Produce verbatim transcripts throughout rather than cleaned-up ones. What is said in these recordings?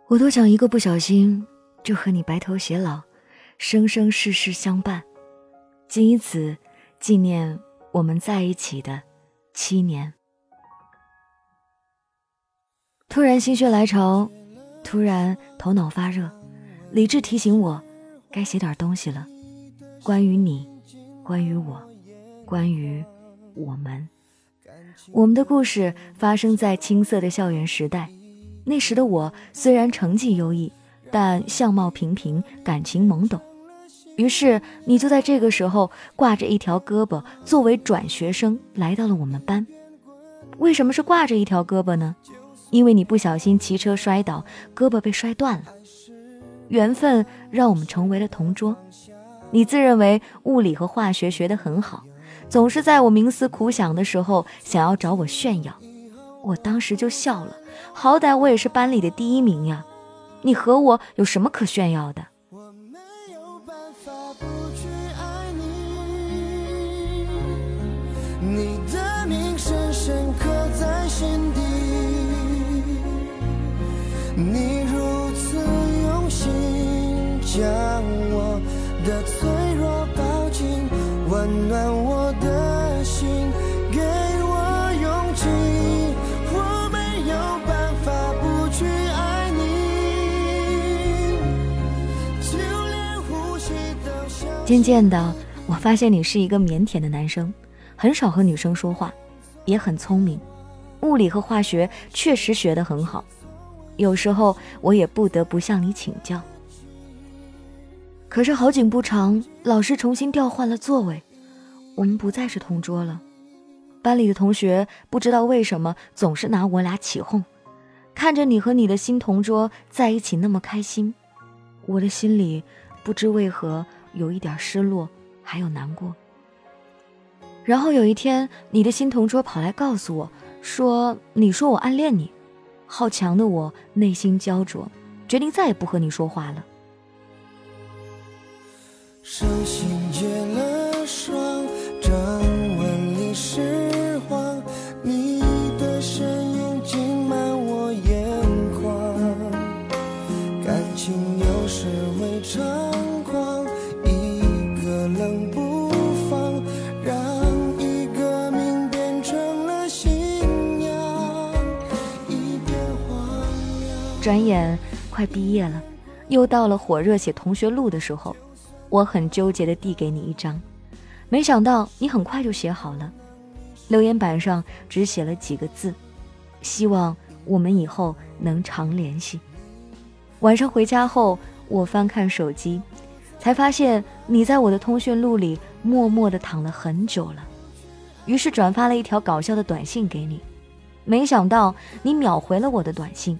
我多想一个不小心就和你白头偕老，生生世世相伴，仅以此纪念我们在一起的七年。突然心血来潮，突然头脑发热，理智提醒我该写点东西了，关于你，关于我，关于我们。我们的故事发生在青涩的校园时代，那时的我虽然成绩优异，但相貌平平，感情懵懂。于是你就在这个时候挂着一条胳膊，作为转学生来到了我们班。为什么是挂着一条胳膊呢？因为你不小心骑车摔倒，胳膊被摔断了。缘分让我们成为了同桌。你自认为物理和化学学得很好，总是在我冥思苦想的时候想要找我炫耀。我当时就笑了，好歹我也是班里的第一名呀，你和我有什么可炫耀的？ 你的名深深刻在心底，你如此用心将我的脆弱抱紧，温暖我的心，给我勇气。我没有办法不去爱你，就连呼吸都像。 渐渐的，我发现你是一个腼腆的男生，很少和女生说话，也很聪明，物理和化学确实学得很好，有时候我也不得不向你请教。可是好景不长，老师重新调换了座位，我们不再是同桌了。班里的同学不知道为什么总是拿我俩起哄，看着你和你的新同桌在一起那么开心，我的心里不知为何有一点失落，还有难过。然后有一天，你的新同桌跑来告诉我，说你说我暗恋你。好强的我内心焦灼，决定再也不和你说话了。 伤心结了霜，掌纹里是黄，你的身影浸满我眼眶，感情有时会猖狂，一个冷不防，让一个命变成了信仰，一片荒凉。 转眼快毕业了，又到了火热写同学录的时候，我很纠结地递给你一张，没想到你很快就写好了。留言板上只写了几个字，希望我们以后能常联系。晚上回家后，我翻看手机，才发现你在我的通讯录里默默地躺了很久了，于是转发了一条搞笑的短信给你。没想到你秒回了我的短信，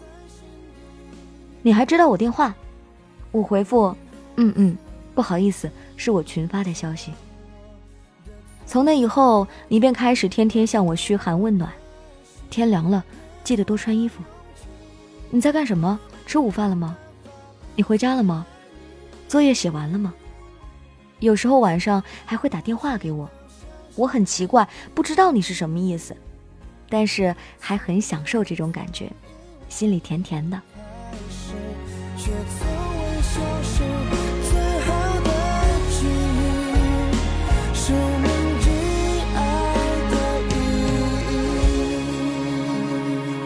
你还知道我电话？我回复嗯嗯，不好意思，是我群发的消息。从那以后，你便开始天天向我嘘寒问暖。天凉了，记得多穿衣服。你在干什么？吃午饭了吗？你回家了吗？作业写完了吗？有时候晚上还会打电话给我，我很奇怪，不知道你是什么意思，但是还很享受这种感觉，心里甜甜的。 却从未消失，最好的记忆是铭记爱的意义。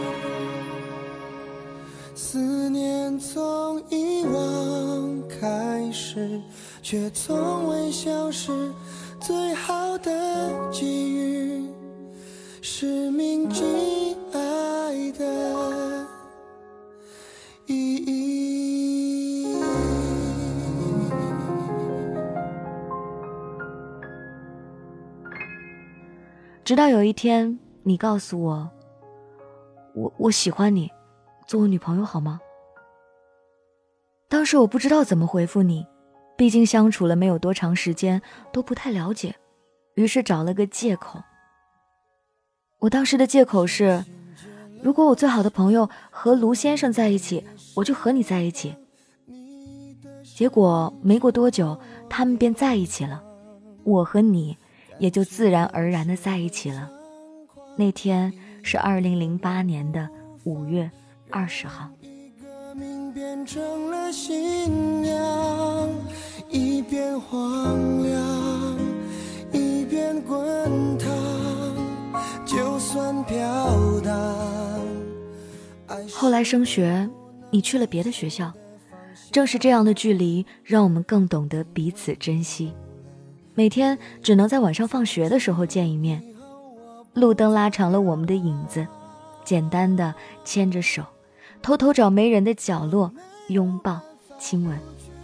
思念从遗忘开始，却从未消失，最好的机遇是铭记爱的意义。 直到有一天，你告诉我，我我喜欢你，做我女朋友好吗？当时我不知道怎么回复你，毕竟相处了没有多长时间，都不太了解，于是找了个借口。我当时的借口是，如果我最好的朋友和卢先生在一起，我就和你在一起。结果没过多久，他们便在一起了，我和你也就自然而然地在一起了。那天是二零零八年的五月二十号。 变成了信仰，一边荒凉一边滚烫，就算飘荡。 后来升学，你去了别的学校，正是这样的距离让我们更懂得彼此珍惜。每天只能在晚上放学的时候见一面，路灯拉长了我们的影子，简单的牵着手，偷偷找没人的角落，拥抱亲吻。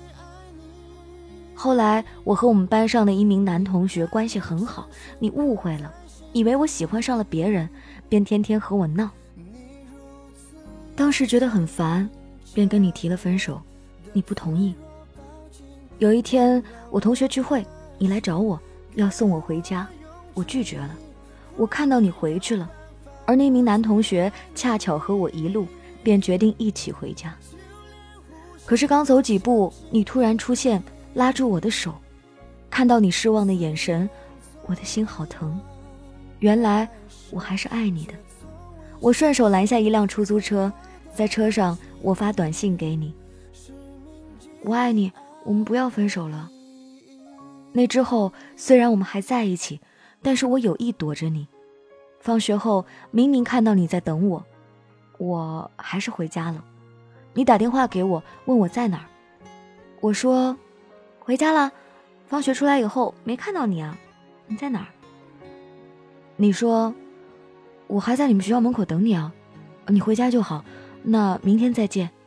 后来我和我们班上的一名男同学关系很好，你误会了，以为我喜欢上了别人，便天天和我闹。当时觉得很烦，便跟你提了分手，你不同意。有一天我同学聚会，你来找我，要送我回家，我拒绝了。我看到你回去了，而那名男同学恰巧和我一路，便决定一起回家。可是刚走几步，你突然出现，拉住我的手，看到你失望的眼神，我的心好疼。原来我还是爱你的。我顺手拦下一辆出租车，在车上我发短信给你，我爱你，我们不要分手了。那之后虽然我们还在一起，但是我有意躲着你。放学后明明看到你在等我，我还是回家了。你打电话给我，问我在哪儿，我说回家了，放学出来以后没看到你啊，你在哪儿？你说我还在你们学校门口等你啊，你回家就好，那明天再见。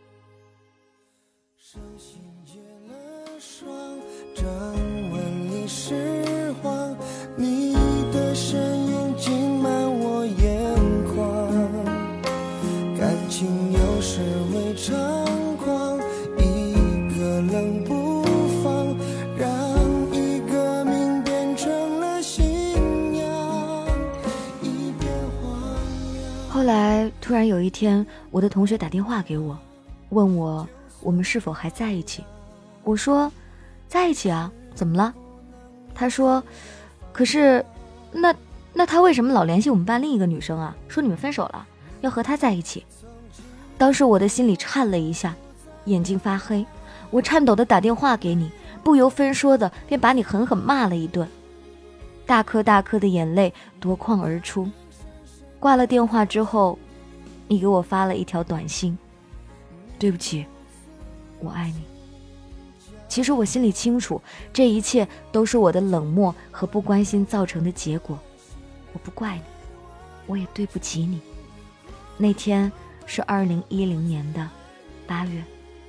掌纹里是谎，你的身影浸满我眼眶，感情有时会猖狂，一个冷不防，让一个命变成了信仰，一边荒凉。 后来突然有一天，我的同学打电话给我，问我我们是否还在一起。我说在一起啊，怎么了？他说可是那那他为什么老联系我们班另一个女生啊，说你们分手了，要和他在一起。当时我的心里颤了一下，眼睛发黑，我颤抖地打电话给你，不由分说的便把你狠狠骂了一顿，大颗大颗的眼泪夺眶而出。挂了电话之后，你给我发了一条短信，对不起，我爱你。其实我心里清楚，这一切都是我的冷漠和不关心造成的结果。我不怪你，我也对不起你。那天是二零一零年的八月。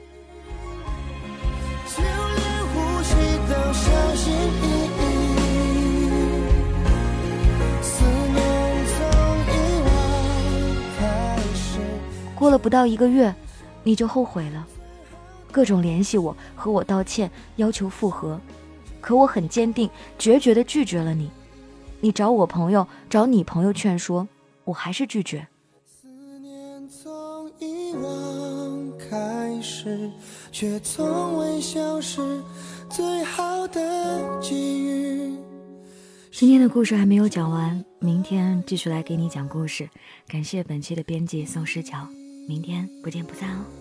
就连呼吸都小心翼翼，思念从遗忘开始。 过了不到一个月，你就后悔了。各种联系我，和我道歉，要求复合，可我很坚定，决绝地拒绝了你。你找我朋友，找你朋友劝说，我还是拒绝。 思念从遗忘开始，却从未消失，最好的机遇。 今天的故事还没有讲完，明天继续来给你讲故事。感谢本期的编辑宋诗乔，明天不见不散哦。